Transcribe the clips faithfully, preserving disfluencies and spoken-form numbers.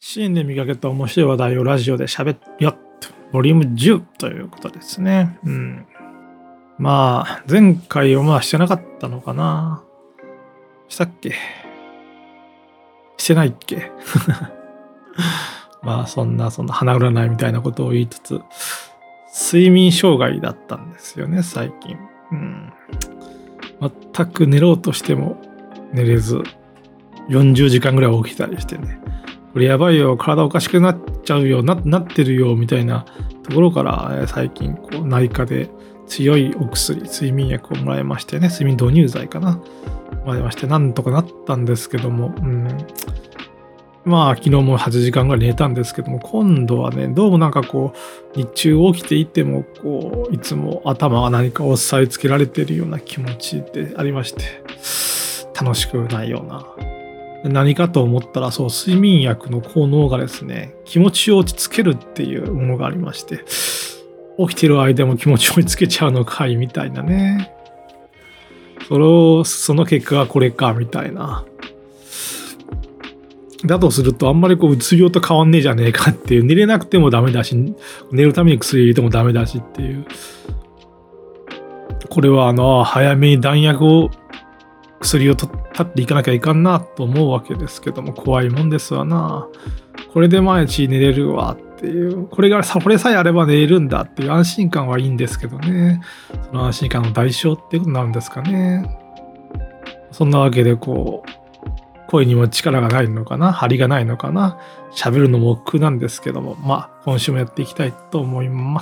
シーンで見かけた面白い話題をラジオで喋っよっボリュームじゅうということですね。うん。まあ、前回をまあしてなかったのかな。したっけしてないっけまあ、そんな、そんな花占いみたいなことを言いつつ、睡眠障害だったんですよね、最近。うん。全く寝ろうとしても寝れず、よんじゅうじかんぐらい起きたりしてね。これやばいよ、体おかしくなっちゃうよ、な, なってるよ、みたいなところから、えー、最近、こう、内科で強いお薬、睡眠薬をもらいましてね、睡眠導入剤かな。もらいまして、なんとかなったんですけども、うん。まあ、昨日もはちじかんぐらい寝たんですけども、今度はね、どうもなんかこう、日中起きていても、こう、いつも頭が何か押さえつけられているような気持ちでありまして、楽しくないような。何かと思ったら、そう、睡眠薬の効能がですね、気持ちを落ち着けるっていうものがありまして、起きてる間も気持ちを落ち着けちゃうのかいみたいなね。それを、その結果がこれか、みたいな。だとすると、あんまりこう、うつ病と変わんねえじゃねえかっていう、寝れなくてもダメだし、寝るために薬入れてもダメだしっていう。これは、あの、早めに弾薬を、薬を取っていかなきゃいかんなと思うわけですけども、怖いもんですわな。これで毎日寝れるわっていう、これがさ、これさえあれば寝れるんだっていう安心感はいいんですけどね。その安心感の代償っていうことになるんですかね。そんなわけでこう、声にも力がないのかな、張りがないのかな、喋るのも億劫なんですけども、まあ今週もやっていきたいと思います。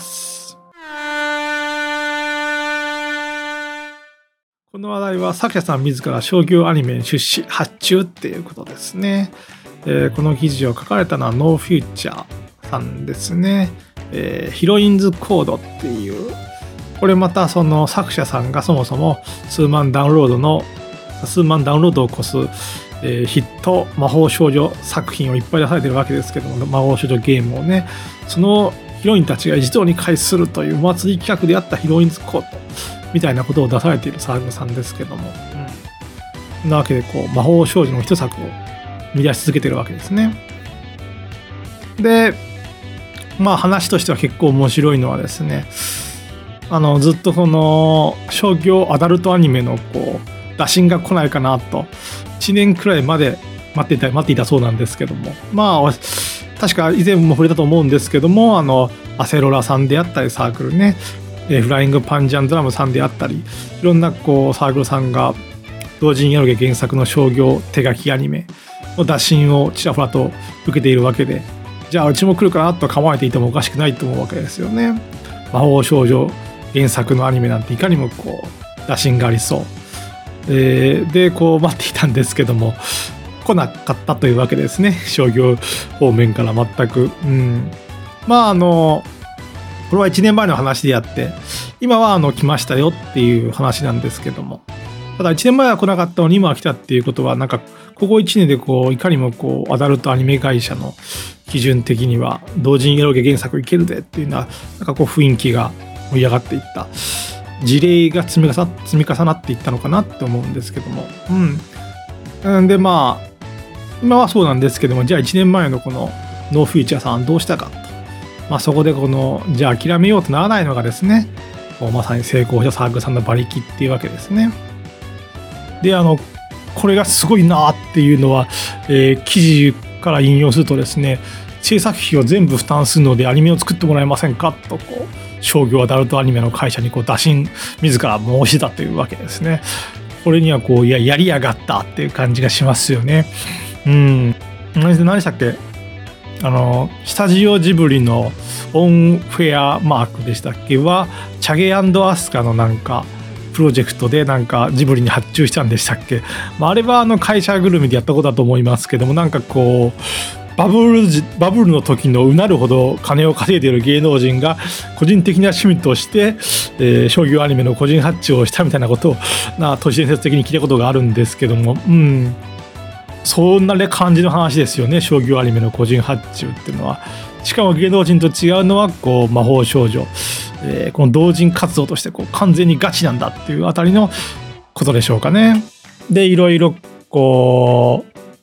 この話題は作者さん自ら商業アニメに出資発注っていうことですね。えー、この記事を書かれたのはノーフューチャーさんですね。えー、ヒロインズコードっていう、これまたその作者さんがそもそも数万ダウンロードの数万ダウンロードを超す、えー、ヒット魔法少女作品をいっぱい出されてるわけですけども、魔法少女ゲームをね、そのヒロインたちが一堂に会するというお祭り企画であったヒロインズコードみたいなことを出されているサーグさんですけども、うん、なわけでこう魔法少女の一作を生み出し続けてるわけですね。で、まあ話としては結構面白いのはですね、あのずっとこの商業アダルトアニメのこう打診が来ないかなといちねんくらいまで待っていた待っていたそうなんですけども、まあ確か以前も触れたと思うんですけども、あのアセロラさんであったりサークルね、フライングパンジャンドラムさんであったり、いろんなこうサークルさんが同人エロゲ原作の商業手書きアニメの打診をちらほらと受けているわけで、じゃあうちも来るかなと構えていてもおかしくないと思うわけですよね。魔法少女原作のアニメなんていかにもこう打診がありそう、えー、でこう待っていたんですけども来なかったというわけですね、商業方面から全く。うん、まああのこれはいちねんまえの話であって、今はあの来ましたよっていう話なんですけども、ただいちねんまえは来なかったのに今は来たっていうことは、なんかここいちねんでこういかにもこうアダルトアニメ会社の基準的には同人エロゲ原作いけるでっていうのは、なんかこう雰囲気が盛り上がっていった事例が積み重な積み重なっていったのかなって思うんですけども、うん。でまあ今はそうなんですけども、じゃあいちねんまえのこのノーフューチャーさんどうしたかと。まあ、そこでこのじゃあ諦めようとならないのがですね、まさに成功したサークルさんの馬力っていうわけですね。であのこれがすごいなっていうのは、えー、記事から引用するとですね、制作費を全部負担するのでアニメを作ってもらえませんかとこう商業アダルトアニメの会社にこう打診自ら申し出たというわけですね。これにはこういややりやがったっていう感じがしますよね。うん、何でしたっけ、あのスタジオジブリのオンフェアマークでしたっけはチャゲ&アスカのなんかプロジェクトでなんかジブリに発注したんでしたっけ、まあ、あれはあの会社ぐるみでやったことだと思いますけども、なんかこうバブルバブルの時のうなるほど金を稼いでいる芸能人が個人的な趣味として、えー、商業アニメの個人発注をしたみたいなことをな都市伝説的に聞いたことがあるんですけども、うんそんな感じの話ですよね、商業アニメの個人発注っていうのは。しかも芸能人と違うのはこう魔法少女、えー、この同人活動としてこう完全にガチなんだっていうあたりのことでしょうかね。でいろいろこう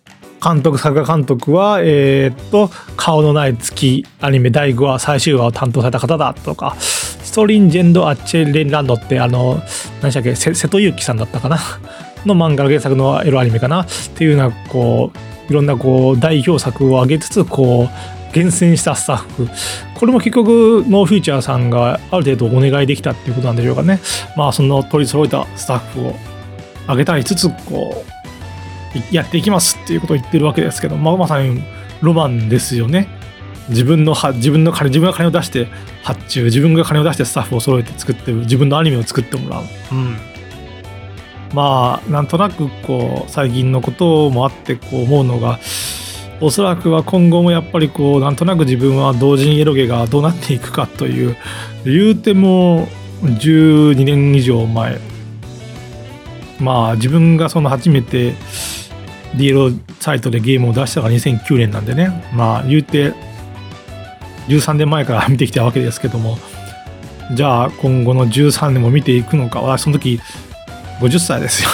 監督作画監督はえー、っと顔のない月アニメだいごわ最終話を担当された方だとか、ストリンジェンド・アッチェレンランドってあの何でしたっけ、瀬戸祐樹さんだったかなの漫画の原作のエロアニメかなっていうようなこういろんなこう代表作を挙げつつこう厳選したスタッフ、これも結局ノーフューチャーさんがある程度お願いできたっていうことなんでしょうかね。まあその取り揃えたスタッフを挙げたりつつこうやっていきますっていうことを言ってるわけですけど、まあ、まさにロマンですよね。自分の自分の金自分が金を出して発注、自分が金を出してスタッフを揃えて作ってる自分のアニメを作ってもらう、うん、まあなんとなくこう最近のこともあってこう思うのが、おそらくは今後もやっぱりこうなんとなく自分は同人エロゲがどうなっていくかという、言うてもじゅうにねん以上前、まあ自分がその初めて ディーエル サイトでゲームを出したのがにせんきゅうねんなんでね、まあ言うてじゅうさんねんまえから見てきたわけですけども、じゃあ今後のじゅうさんねんも見ていくのか。私その時ごじゅっさいですよ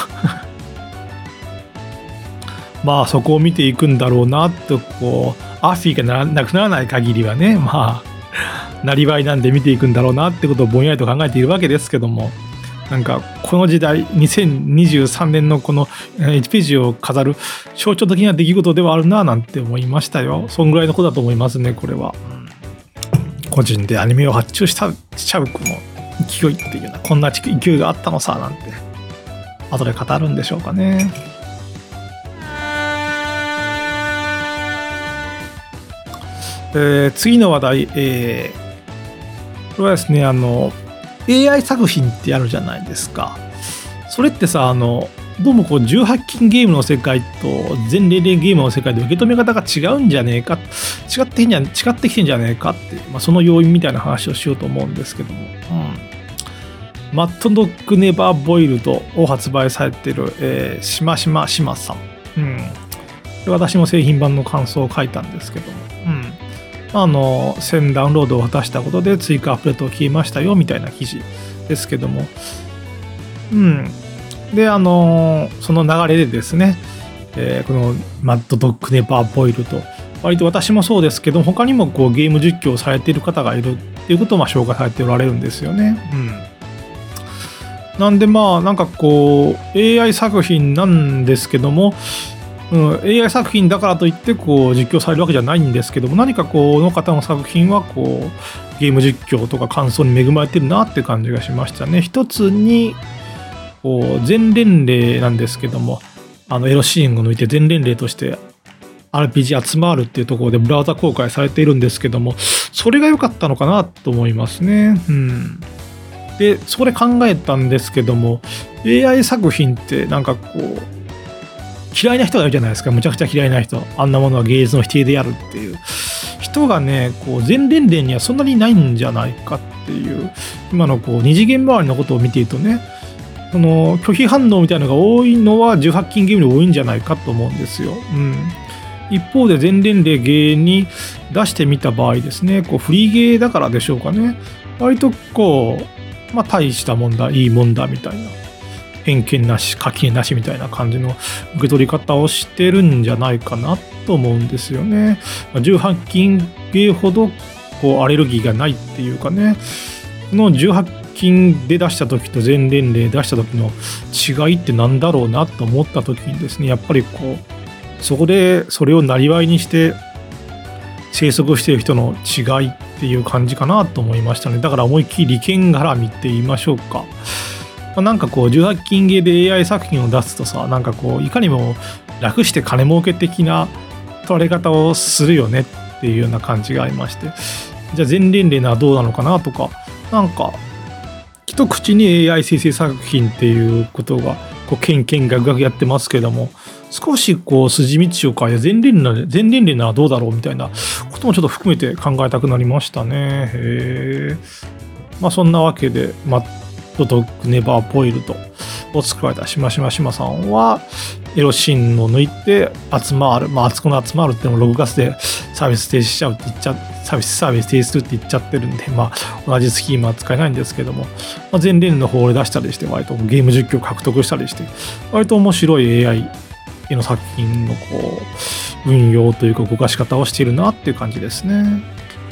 まあそこを見ていくんだろうなと、こうアフィーがなくならない限りはね、まあなりわいなんで見ていくんだろうなってことをぼんやりと考えているわけですけども、なんかこの時代にせんにじゅうさんねんのこのいちページを飾る象徴的な出来事ではあるななんて思いましたよ。そんぐらいのことだと思いますね。これは、うん、個人でアニメを発注したしちゃうこの勢いっていうのはこんな勢いがあったのさなんて後で語るんでしょうかね。えー、次の話題、えー、これはですね、あの エーアイ 作品ってあるじゃないですか。それってさ、あのどうもこうじゅうはち禁ゲームの世界と全年齢ゲームの世界で受け止め方が違うんじゃねえか、違ってんじゃ違ってきてんじゃねえかって、まあ、その要因みたいな話をしようと思うんですけども、うん、マッドドッグネバーボイルドを発売されている、えー、しましましまさん、うん、私も製品版の感想を書いたんですけども、うんあのせんダウンロードを果たしたことで追加アップデートを消えましたよみたいな記事ですけども、うんであのその流れでですね、えー、このマッドドッグネバーボイルド、割と私もそうですけど他にもこうゲーム実況をされている方がいるっていうことをまあ紹介されておられるんですよね。うんなんでまあなんかこう エーアイ 作品なんですけども、うん、エーアイ 作品だからといってこう実況されるわけじゃないんですけども、何かこの方の作品はこうゲーム実況とか感想に恵まれてるなって感じがしましたね。一つにこう全年齢なんですけども、あのエロシーンを抜いて全年齢として アールピージー 集まるっていうところでブラウザ公開されているんですけども、それが良かったのかなと思いますね。うん、でそこで考えたんですけども、 エーアイ 作品ってなんかこう嫌いな人がいるじゃないですか。むちゃくちゃ嫌いな人、あんなものは芸術の否定であるっていう人がね、こう全年齢にはそんなにないんじゃないかっていう、今のこう二次元周りのことを見ているとね、その拒否反応みたいなのが多いのはじゅうはち禁ゲームで多いんじゃないかと思うんですよ。うん、一方で全年齢ゲーに出してみた場合ですね、こうフリーゲーだからでしょうかね、割とこう、まあ、大したもんだいいもんだみたいな、偏見なし垣根なしみたいな感じの受け取り方をしてるんじゃないかなと思うんですよね。じゅうはち禁ゲーほどこうアレルギーがないっていうかね、このじゅうはち禁で出した時と全年齢出した時の違いってなんだろうなと思った時にですね、やっぱりこうそこでそれを生業にして生息している人の違いっていう感じかなと思いましたね。だから思いっきり利権絡みって言いましょうか。なんかこうじゅうはち禁ゲーで エーアイ 作品を出すとさ、なんかこういかにも楽して金儲け的な取られ方をするよねっていうような感じがありまして、じゃあ全年齢ならどうなのかなとか、なんか一口に エーアイ 生成作品っていうことがこうケンケンガクガクやってますけども、少しこう筋道を変えて全年齢全年齢ならどうだろうみたいなこともちょっと含めて考えたくなりましたね。へまあそんなわけで、まあドッグネバーボイルドを作られたしましましまさんはエロシーンを抜いて集まる、まああそこの集まるっていうのをろくがつでサービス停止しちゃうって言っちゃサービスサービス停止するって言っちゃってるんで、まあ同じスキームは使えないんですけども、まあ、全連の方で出したりして割とゲーム実況を獲得したりして割と面白い エーアイ絵の作品のこう運用というか動かし方をしているなっていう感じですね。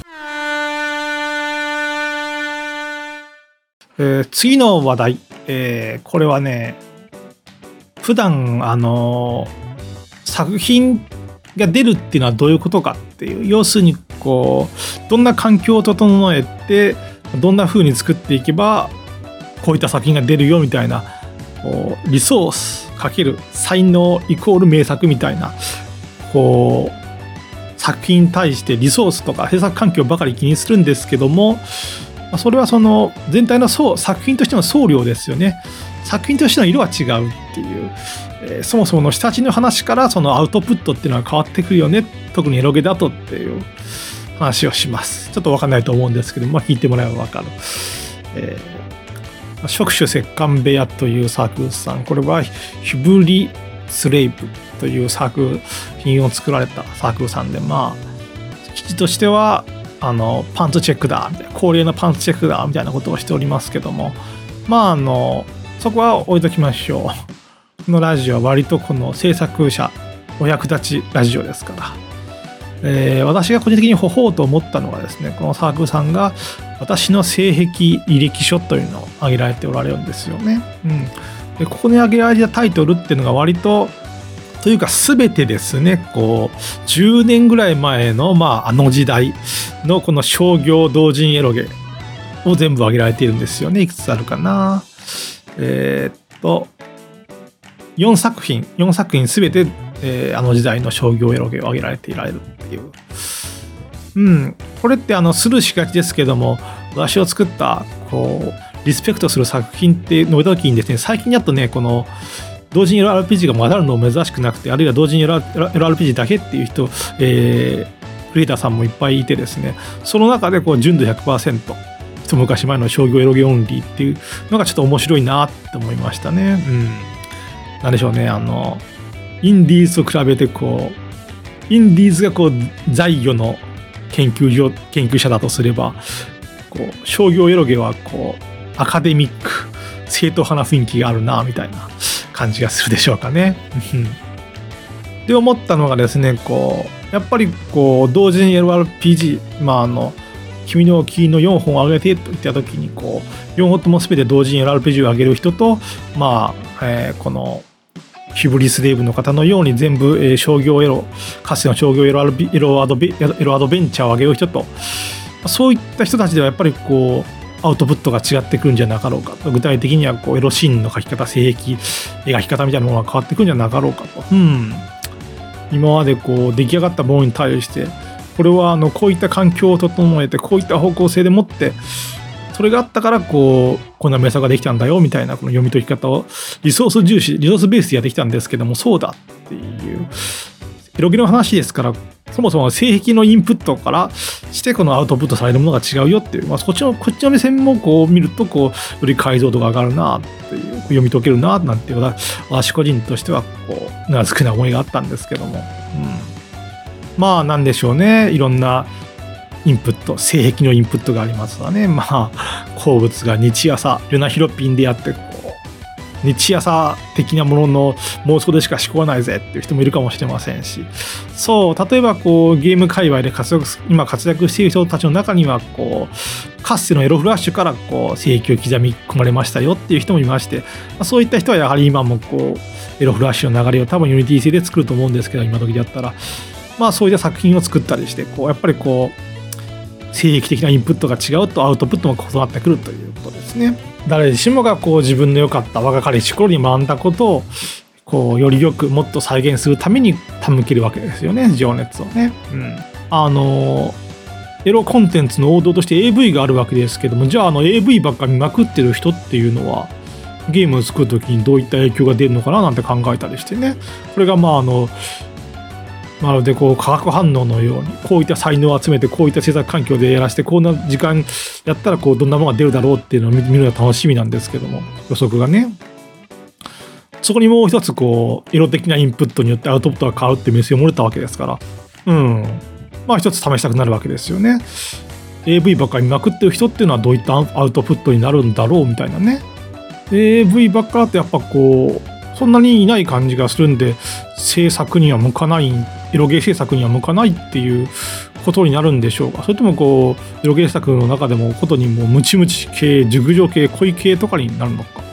えー、次の話題、えー、これはね普段あのー、作品が出るっていうのはどういうことかっていう、要するにこうどんな環境を整えてどんな風に作っていけばこういった作品が出るよみたいな、こうリソースかける才能イコール名作みたいな、こう作品に対してリソースとか制作環境ばかり気にするんですけども、それはその全体の層作品としての総量ですよね。作品としての色は違うっていう、えー、そもそもの下地の話からそのアウトプットっていうのは変わってくるよね、特にエロゲだとっていう話をします。ちょっと分かんないと思うんですけど、まあ、聞いてもらえば分かる。えー、触手摂関部屋というサークルさん、これはヒブリスレイブという作品を作られたサークルさんで、まあ記事としてはあのパンツチェックだみたいな、恒例のパンツチェックだみたいなことをしておりますけども、まああのそこは置いときましょう。このラジオは割とこの制作者お役立ちラジオですから、えー、私が個人的にほほうと思ったのがですね、このサークルさんが私の性癖履歴書というのを挙げられておられるんですよね。うん、でここに挙げられたタイトルっていうのが割とというか全てですね、こうじゅうねんぐらい前の、まあ、あの時代のこの商業同人エロゲを全部挙げられているんですよね。いくつあるかな。えー、っとよんさく品よんさく品全て、えー、あの時代の商業エロゲを挙げられていられるっていう、うん、これってあのスルーしがちですけども、私を作ったこうリスペクトする作品って述べた時にですね、最近やっとねこの同人エロ アールピージー が混ざるのを珍しくなくて、あるいは同人エロ アールピージー だけっていう人、えー、クリエイターさんもいっぱいいてですね、その中でこう純度 ひゃくパーセント 一昔前の商業エロゲオンリーっていうのがちょっと面白いなって思いましたね。うん、なんでしょうね、あのインディーズと比べてこうインディーズがこう在予の研究所研究者だとすれば、こう商業エロゲはこうアカデミック正統派な雰囲気があるなみたいな感じがするでしょうかね。で思ったのがですね、こうやっぱりこう同人 エルアールピージー、まああの君のキーのよんほんを上げてといった時に、こうよんほんとも全て同時に エルアールピージー を上げる人と、まあ、えー、このヒブリスレイブの方のように全部、えー、商業エロかつての商業エロアドベエロアドベエロアドベンチャーを上げる人と、そういった人たちではやっぱりこうアウトプットが違ってくるんじゃなかろうかと。具体的にはこうエロシーンの描き方、性癖描き方みたいなものが変わってくるんじゃなかろうかと。うん、今までこう出来上がったものに対して、これはあのこういった環境を整えてこういった方向性でもってそれがあったからこうこんな名作ができたんだよみたいなこの読み解き方をリソース重視リソースベースでやってきたんですけども、そうだっていうエロゲの話ですから、そもそも性癖のインプットからしてこのアウトプットされるものが違うよっていう、まあ、こっちのこっちの目線もこう見るとこうより解像度が上がるなっていう、読み解けるななんていう私個人としてはこううなずくな思いがあったんですけども、うん、まあなんでしょうね、いろんなインプット性癖のインプットがありますわね。まあ好物が日朝ルナヒロピンでやってこう日朝的なものの妄想でしか思考ないぜっていう人もいるかもしれませんし、そう例えばこうゲーム界隈で活躍今活躍している人たちの中にはこうかつてのエロフラッシュからこう性癖を刻み込まれましたよっていう人もいまして、そういった人はやはり今もこうエロフラッシュの流れを多分ユニティ製で作ると思うんですけど、今時だったらまあそういった作品を作ったりしてこうやっぱりこう性癖的なインプットが違うとアウトプットも異なってくるということですね。誰自身もがこう自分の良かった若かりし頃に学んだことをこうよりよくもっと再現するために手向けるわけですよね、情熱をね。うん、あのエロコンテンツの王道として エーブイ があるわけですけども、じゃああの エーブイ ばっか見まくってる人っていうのはゲームを作るときにどういった影響が出るのかななんて考えたりしてね、これがまああのまるでこう化学反応のようにこういった才能を集めてこういった制作環境でやらせてこんな時間やったらこうどんなものが出るだろうっていうのを見るのが楽しみなんですけども、予測がね、そこにもう一つこうエロ的なインプットによってアウトプットが変わるっていう目線を漏れたわけですから、うんまあ一つ試したくなるわけですよね。 エーブイ ばっかり見まくってる人っていうのはどういったアウトプットになるんだろうみたいなね。 エーブイ ばっかだとやっぱこうそんなにいない感じがするんで、制作には向かない、エロゲー制作には向かないっていうことになるんでしょうか。それともこうエロゲー作の中でもことにもムチムチ系、熟女系、恋系とかになるのか。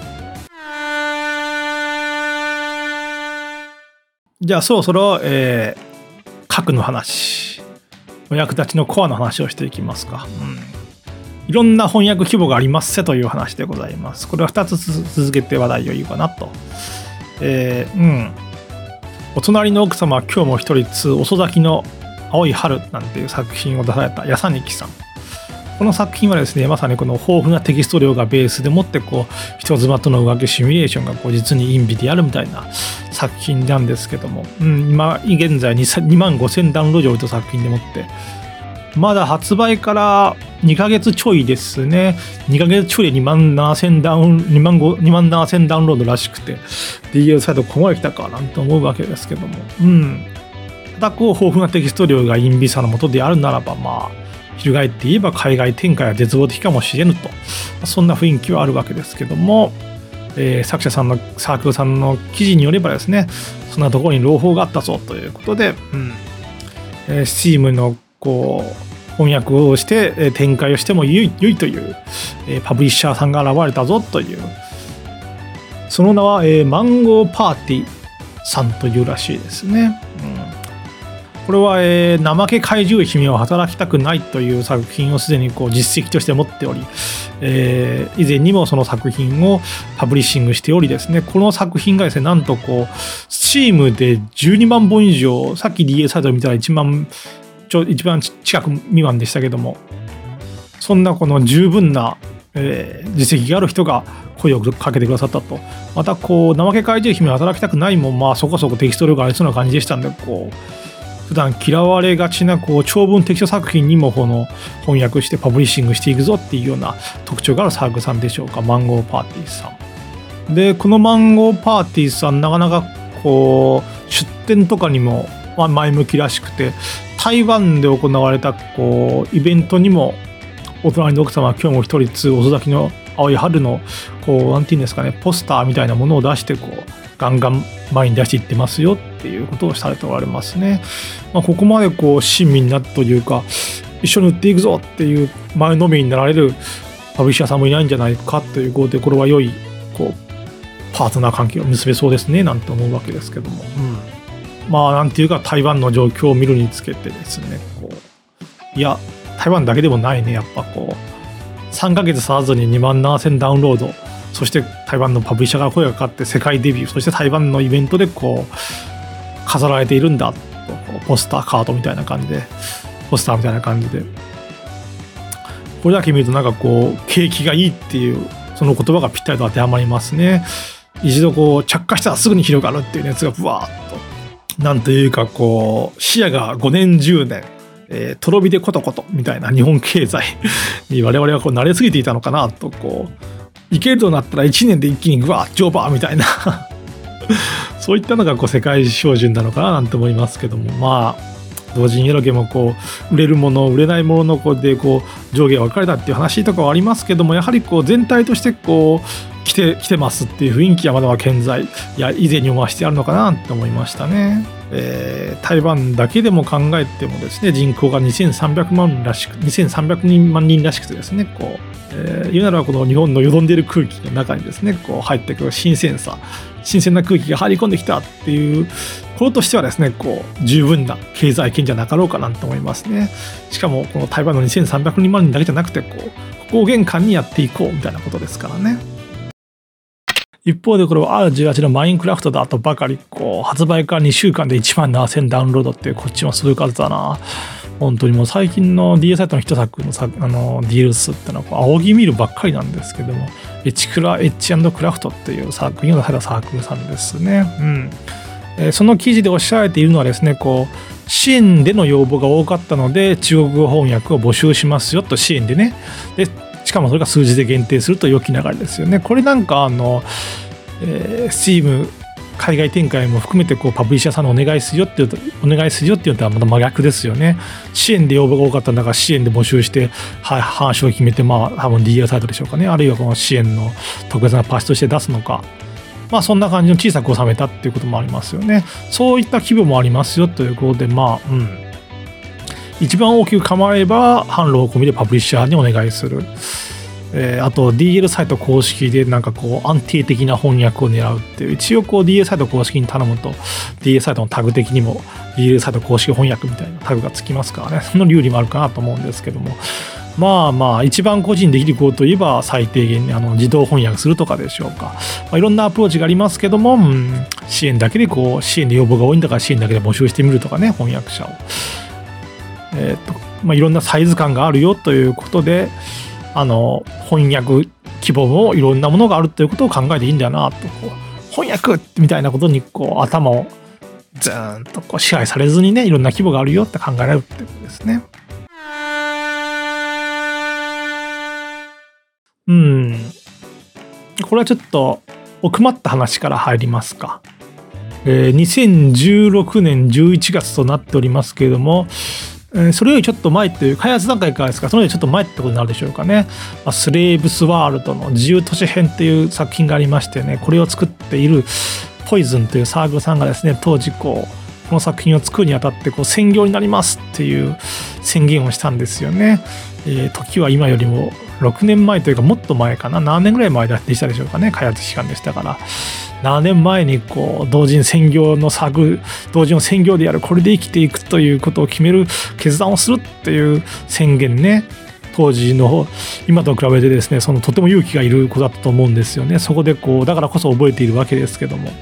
じゃあそろそろ、えー、核の話、お役立ちのコアの話をしていきますか。うん、いろんな翻訳規模がありますせという話でございます。これはふたつ続けて話題を言うかなと。えー、うん。お隣の奥様は今日も一人つ遅咲きの青い春なんていう作品を出されたやさにきさん。この作品はですね、まさにこの豊富なテキスト量がベースでもってこう人妻との浮気シミュレーションがこう実に陰微であるみたいな作品なんですけども、うん、今現在にまんごせんダウンロードを置いた作品でもってまだ発売からにかげつちょいですね。にかげつちょいでにまんななせんダウン2万2万ななせんダウンロードらしくて ディーエル サイトここまで来たかなんて思うわけですけども、うんただこう豊富なテキスト量が陰微さのもとであるならば、まあ翻って言えば海外展開は絶望的かもしれぬと、そんな雰囲気はあるわけですけども、えー、作者さんのサークルさんの記事によればですね、そんなところに朗報があったぞということで、うんえー、Steam のこう翻訳をして、えー、展開をしても良い、良いという、えー、パブリッシャーさんが現れたぞという、その名は、えー、マンゴーパーティーさんというらしいですね。うんこれは、えー、怠け怪獣姫を働きたくないという作品をすでにこう実績として持っており、えー、以前にもその作品をパブリッシングしておりですね、この作品がですね、なんとこう、Steam でじゅうにまんぼん以上、さっき ディーエル サイトで見たらいちまん、ちょ一番近く未満でしたけども、そんなこの十分な、えー、実績がある人が声をかけてくださったと。またこう、怠け怪獣姫を働きたくないも、まあそこそこテキスト量がありそうな感じでしたんで、こう、普段嫌われがちなこう長文テキスト作品にもこの翻訳してパブリッシングしていくぞっていうような特徴があるサークルさんでしょうか。マンゴーパーティーさんで、このマンゴーパーティーさんなかなかこう出展とかにも前向きらしくて、台湾で行われたこうイベントにもお隣の奥様は今日も一人つ遅咲きの青い春のこうなんていうんですかね、ポスターみたいなものを出してこうガンガン前に出していってますよっていうことをされておられますね。まあ、ここまでこう親身になったというか、一緒に売っていくぞっていう前のめりになられるパブリッシャーさんもいないんじゃないかということで、これは良いこうパートナー関係を結べそうですねなんて思うわけですけども、うん、まあなんていうか台湾の状況を見るにつけてですね、こういや台湾だけでもないね、やっぱこうさんかげつ経たずににまんななせんダウンロード、そして台湾のパブリッシャーから声がかかって世界デビュー、そして台湾のイベントでこう飾られているんだと、ポスターカードみたいな感じで、ポスターみたいな感じで、これだけ見るとなんかこう景気がいいっていうその言葉がぴったりと当てはまりますね。一度こう着火したらすぐに広がるっていう熱がブワーッと、なんというかこう視野がごねんじゅうねん、えー、とろ火でコトコトみたいな日本経済に我々はこう慣れすぎていたのかなと、こういけるとなったらいちねんで一気にグワーッジョーバーみたいなそういったのがこう世界標準なのかななんて思いますけども、まあ同時にエロゲもこう売れるもの売れないもののこうでこう上下が分かれたっていう話とかはありますけども、やはりこう全体としてこう来て来てますっていう雰囲気はまだまだ健在、いや以前にも増してあるのかなって思いましたね。えー、台湾だけでも考えてもですね、人口がにせんさんびゃくまんらしくにせんさんびゃくまんにんらしくてですね、こう、えー、言うならばこの日本のよどんでいる空気の中にですね、こう入ってくる新鮮さ、新鮮な空気が入り込んできたっていうこととしてはですね、こう十分な経済圏じゃなかろうかなと思いますね。しかもこの台湾のにせんさんびゃくまんにんだけじゃなくて、こうここを玄関にやっていこうみたいなことですからね。一方でこれは アールじゅうはち のマインクラフトだとばかりこう発売からにしゅうかんでいちまんななせんダウンロードってこっちもすごい数だな。本当にもう最近の ディーエル サイトの一作のさあの ディーエル スってのはこう仰ぎ見るばっかりなんですけども、エチクラエッチ&クラフトっていう作品を出されたサークルさんですね。うんえー、その記事でおっしゃられているのはですね、こう支援での要望が多かったので中国語翻訳を募集しますよと、支援でね。でしかもそれが数字で限定すると良き流れですよね。これなんかあのえー、Steam 海外展開も含めてこうパブリッシャーさんのお願いするよっていうとお願いするよっていうのはまた真逆ですよね。支援で要望が多かったんだから支援で募集して、はい、話を決めて、まあ多分 ディーエル サイトでしょうかね、あるいはこの支援の特別なパッチとして出すのか、 まあそんな感じの小さく収めたっていうこともありますよね。そういった規模もありますよということで、まあうん一番大きく構えば販路を込みでパブリッシャーにお願いする。えー、あと ディーエル サイト公式でなんかこう安定的な翻訳を狙うっていう、一応こう ディーエル サイト公式に頼むと ディーエル サイトのタグ的にも ディーエル サイト公式翻訳みたいなタグがつきますからね、その流理もあるかなと思うんですけども、まあまあ一番個人できることといえば最低限にあの自動翻訳するとかでしょうか。まあ、いろんなアプローチがありますけども、うん、支援だけでこう支援で要望が多いんだから支援だけで募集してみるとかね、翻訳者を、えーとまあ、いろんなサイズ感があるよということで、あの翻訳規模もいろんなものがあるということを考えていいんだよなと、こう翻訳みたいなことにこう頭をずーんとこう支配されずにね、いろんな規模があるよって考えられるってことですね。うん、これはちょっと奥まった話から入りますか。えー、にせんじゅうろくねんじゅういちがつとなっておりますけれども、えー、それよりちょっと前という開発段階からですか、そのよりちょっと前ってことになるでしょうかね。まあ、スレーブスワールドの自由都市編という作品がありましてね、これを作っているポイズンというサークルさんがですね、当時こうこの作品を作るにあたってこう専業になりますっていう宣言をしたんですよね。えー、時は今よりもろくねんまえというかもっと前かな、ななねんぐらい前でしたでしょうかね、開発期間でしたから。ななねんまえにこう同人専業のサークル、同人を専業でやる、これで生きていくということを決める決断をするっていう宣言ね、当時の今と比べてですね、そのとても勇気がいることだったと思うんですよね。そこでこうだからこそ覚えているわけですけども、うん、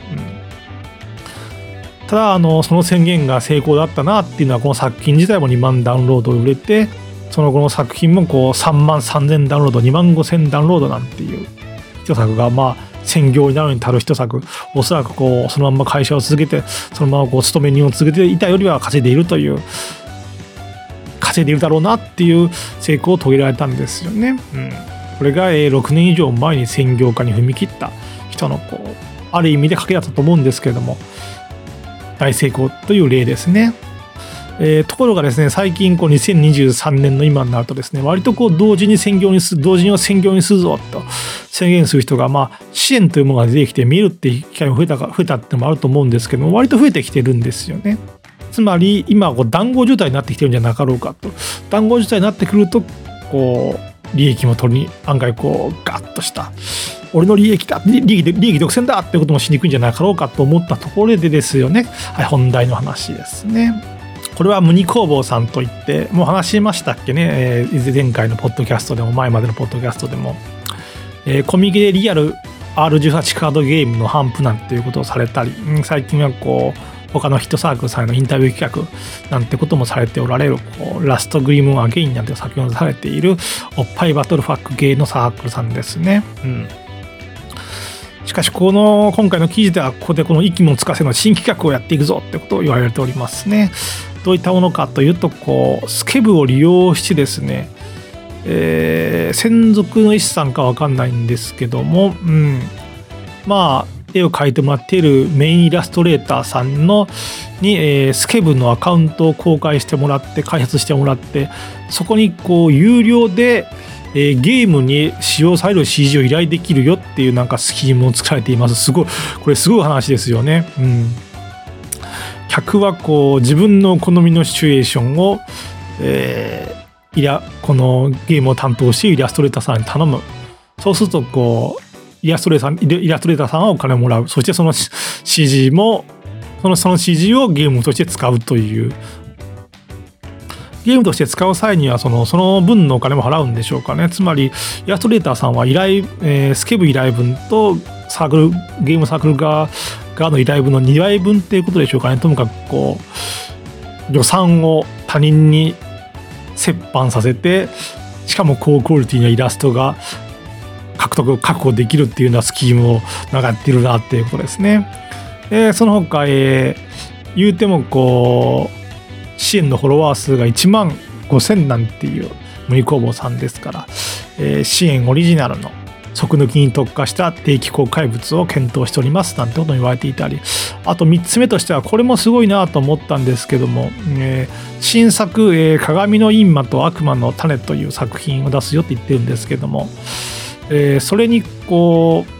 ただあのその宣言が成功だったなっていうのは、この作品自体もにまんダウンロード売れて、その後の作品もこうさんまんさんぜんダウンロード、にまんごせんダウンロードなんていう一作が、まあ専業になるに足る一作、おそらくこうそのまま会社を続けて、そのままこう勤め人を続けていたよりは稼いでいるという、稼いでいるだろうなっていう成功を遂げられたんですよね。うん、これがろくねん以上前に専業化に踏み切った人のこうある意味で賭けだったと思うんですけれども、大成功という例ですね。えー、ところがですね、最近こうにせんにじゅうさんねんの今になるとですね、割とこう同時に専業にす同時に専業にするぞと宣言する人が、まあ支援というものが出てきて見えるっていう機会も増えたか増えたってのもあると思うんですけども、割と増えてきてるんですよね。つまり今こう談合状態になってきてるんじゃなかろうかと。談合状態になってくるとこう利益も取りに案外こうガッとした俺の利益だ、利益利益独占だってこともしにくいんじゃなかろうかと思ったところでですよね。はい、本題の話ですね。これはムニ工房さんといって、もう話しましたっけね、えー、前回のポッドキャストでも前までのポッドキャストでも、えー、コミケでリアル アールじゅうはち カードゲームの頒布なんていうことをされたり、最近はこう他のヒットサークルさんへのインタビュー企画なんてこともされておられる、こうラストグリームアゲインなんて作品をされているおっぱいバトルファックゲーのサークルさんですね。うん、しかしこの今回の記事では、ここでこの息もつかせの新企画をやっていくぞってことを言われておりますね。どういったものかというと、こうスケブを利用してですね、えー、専属の絵師さんか分かんないんですけども、うん、まあ絵を描いてもらっているメインイラストレーターさんのに、えー、スケブのアカウントを公開してもらって開発してもらって、そこにこう有料で、えー、ゲームに使用される シージー を依頼できるよっていうなんかスキームを作られています。すごい、これすごい話ですよね。うん、客はこう自分の好みのシチュエーションを、えー、イラこのゲームを担当しているイラストレーターさんに頼む。そうするとこうイラストレーターさん、イラストレーターさんはお金をもらう。そしてその シージー もそのその シージー をゲームとして使うという。ゲームとして使う際にはそのその分のお金も払うんでしょうかね。つまりイラストレーターさんは依頼、えー、スケブ依頼分とサークルゲームサークル側側の依頼分のにばいぶんっていうことでしょうかね。ともかくこう予算を他人に折半させて、しかも高クオリティなイラストが獲得確保できるっていうようなスキームを流っているなっていうことですね。えー、その他、えー、言うてもこう支援のフォロワー数がいちまんごせんなんていう無理工房さんですから、えー、支援オリジナルの即抜きに特化した定期公開物を検討しておりますなんてことも言われていたり、あとみっつめとしてはこれもすごいなと思ったんですけども、えー、新作、えー、鏡の閻魔と悪魔の種という作品を出すよって言ってるんですけども、えー、それにこう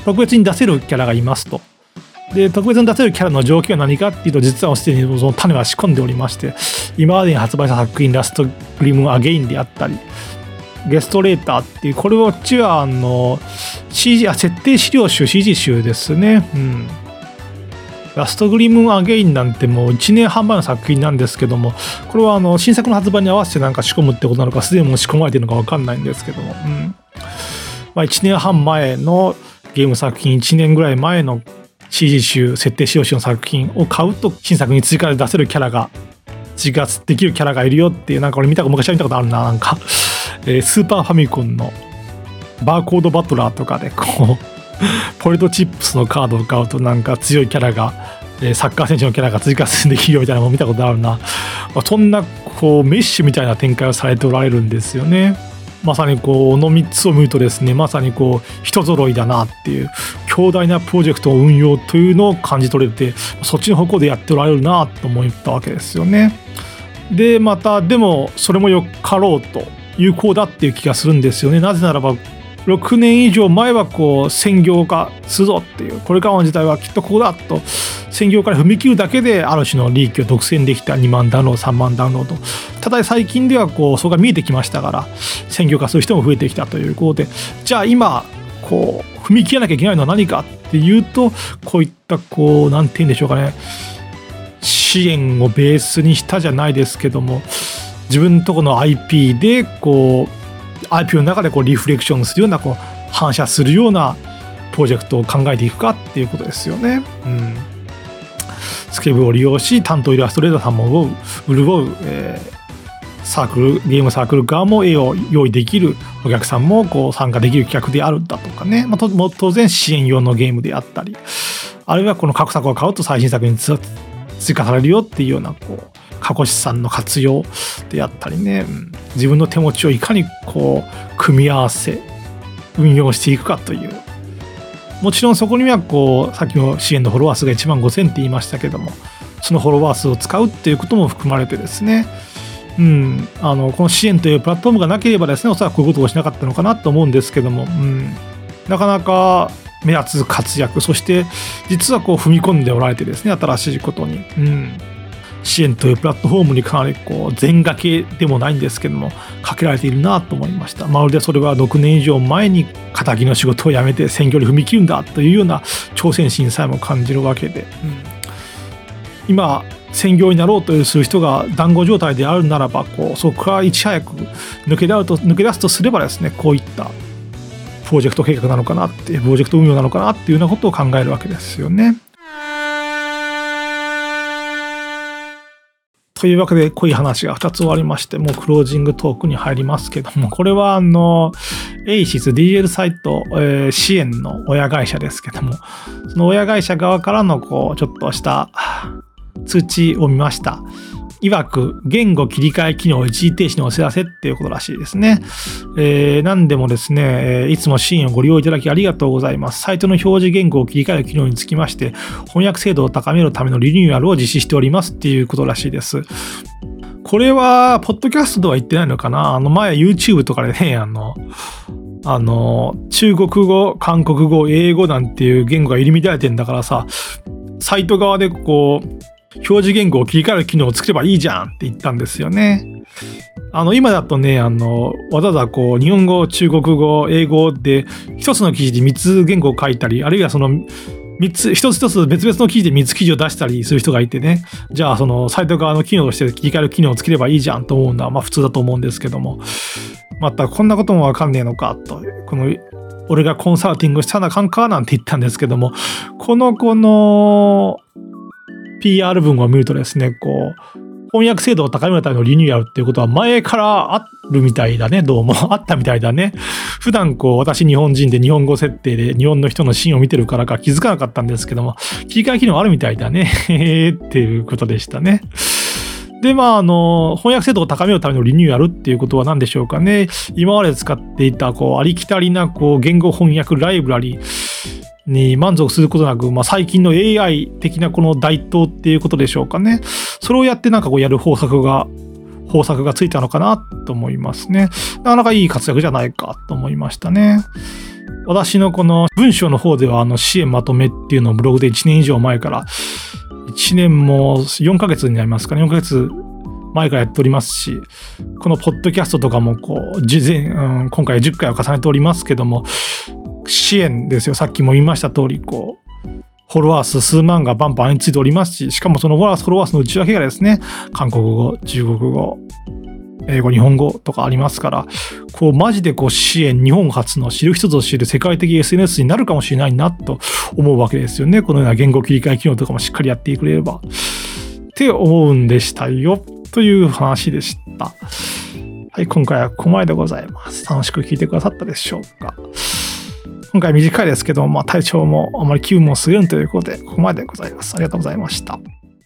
特別に出せるキャラがいますと。で特別に出せるキャラの条件は何かっていうと、実はすでにその種は仕込んでおりまして、今までに発売した作品、ラストグリムアゲインであったり、ゲストレーターっていう、これはこっちはあの シージー あ設定資料集 シージー 集ですね。うん。ラストグリムアゲインなんてもういちねんはん前の作品なんですけども、これはあの新作の発売に合わせてなんか仕込むってことなのか、すでにもう仕込まれてるのか分かんないんですけども、うん。まあいちねんはん前のゲーム作品、いちねんぐらい前の シージー 集設定資料集の作品を買うと新作に追加で出せるキャラが追加できるキャラがいるよっていう、なんか俺見た昔は見たことあるな。なんか、えー、スーパーファミコンのバーコードバトラーとかでこうポテトチップスのカードを買うとなんか強いキャラが、えー、サッカー選手のキャラが追加できるよみたいなのも見たことあるな。まあ、そんなこうメッシュみたいな展開をされておられるんですよね。まさにこうのみっつを見るとですね、まさにこう人揃いだなっていう、強大なプロジェクトの運用というのを感じ取れて、そっちの方向でやっておられるなと思ったわけですよね。でまたでもそれもよかろうと有効だっていう気がするんですよね。なぜならばろくねん以上前はこう専業化するぞっていう、これからの時代はきっとここだと専業から踏み切るだけである種の利益を独占できたにまんダウンロードさんまんダウンロード。ただ最近ではこうそれが見えてきましたから、専業化する人も増えてきたということで、じゃあ今こう踏み切らなきゃいけないのは何かっていうと、こういったこうなんて言うんでしょうかね、支援をベースにしたじゃないですけども、自分のところの アイピー でこう アイピー の中でこうリフレクションするような、こう反射するようなプロジェクトを考えていくかっていうことですよね。うん、スケブを利用し、担当イラストレーターさんも潤う、えー、サークルゲームサークル側も絵を用意できる、お客さんもこう参加できる企画であるんだとかね、まあ、とも当然支援用のゲームであったり、あるいはこの各作を買うと最新作に追加されるよっていうようなこう過去資産の活用であったりね、うん、自分の手持ちをいかにこう組み合わせ運用していくかという、もちろんそこにはこうさっきの支援のフォロワー数がいちまんごせんって言いましたけども、そのフォロワー数を使うっていうことも含まれてですね、うん、あのこの支援というプラットフォームがなければですね、おそらくこういうことをしなかったのかなと思うんですけども、うん、なかなか目立つ活躍、そして実はこう踏み込んでおられてですね、新しいことに、うん、支援というプラットフォームにかなりこう全掛けでもないんですけどもかけられているなと思いました。まるでそれはろくねん以上前に仇の仕事を辞めて専業に踏み切るんだというような挑戦心さえも感じるわけで、うん、今専業になろうとする人が団子状態であるならば、こうそこからいち早く抜け出ると抜け出すとすればですね、こういったプロジェクト計画なのかなっていう、プロジェクト運用なのかなっていうようなことを考えるわけですよね。というわけで濃い話がふたつ終わりまして、もうクロージングトークに入りますけども、これはあのエイシス ディーエル サイト、えー、支援の親会社ですけども、その親会社側からのこうちょっとした通知を見ました。いわく言語切り替え機能一時停止のお知らせっていうことらしいですね。えー、何でもですね、いつも支援をご利用いただきありがとうございます。サイトの表示言語を切り替える機能につきまして翻訳精度を高めるためのリニューアルを実施しておりますっていうことらしいです。これはポッドキャストでは言ってないのかな。あの前 YouTube とかでね、あのあの中国語、韓国語、英語なんていう言語が入り乱れてんだからさ、サイト側でこう表示言語を切り替える機能を作ればいいじゃんって言ったんですよね。あの今だとね、あのわざわざこう日本語、中国語、英語で一つの記事でみっつ言語を書いたり、あるいはそのみっつ一つ一つ別々の記事でみっつ記事を出したりする人がいてね、じゃあそのサイト側の機能として切り替える機能を作ればいいじゃんと思うのはまあ普通だと思うんですけども、またこんなこともわかんねえのかと、この俺がコンサルティングしたなあかんかなんて言ったんですけども、この子のピーアール 文を見るとですね、こう翻訳精度を高めるためのリニューアルっていうことは前からあるみたいだね。どうもあったみたいだね。普段こう私日本人で日本語設定で日本の人のシーンを見てるからか気づかなかったんですけども、切り替え機能あるみたいだねっていうことでしたね。でまああの翻訳精度を高めるためのリニューアルっていうことは何でしょうかね。今まで使っていたこうありきたりなこう言語翻訳ライブラリに満足することなく、まあ、最近の エーアイ 的なこの台頭っていうことでしょうかね。それをやってなんかこうやる方策が方策がついたのかなと思いますね。なかなかいい活躍じゃないかと思いましたね。 私のこの文章の方ではあの支援まとめっていうのをブログでいちねん以上前から、いちねんもよんかげつになりますかね、よんかげつ前からやっておりますし、このポッドキャストとかもこう、事前、うん、今回じゅっかいを重ねておりますけども、支援ですよ。さっきも言いました通り、こう、フォロワー数数万がバンバンについておりますし、しかもそのフォロワー数の内訳がですね、韓国語、中国語、英語、日本語とかありますから、こう、マジでこう、支援、日本初の知る人ぞ知る世界的 エスエヌエス になるかもしれないなと思うわけですよね。このような言語切り替え機能とかもしっかりやってくれれば。って思うんでしたよ。という話でした。はい、今回はここまででございます。楽しく聞いてくださったでしょうか。今回短いですけど、まあ体調もあまり気分も優れんということで、ここまででございます。ありがとうございました。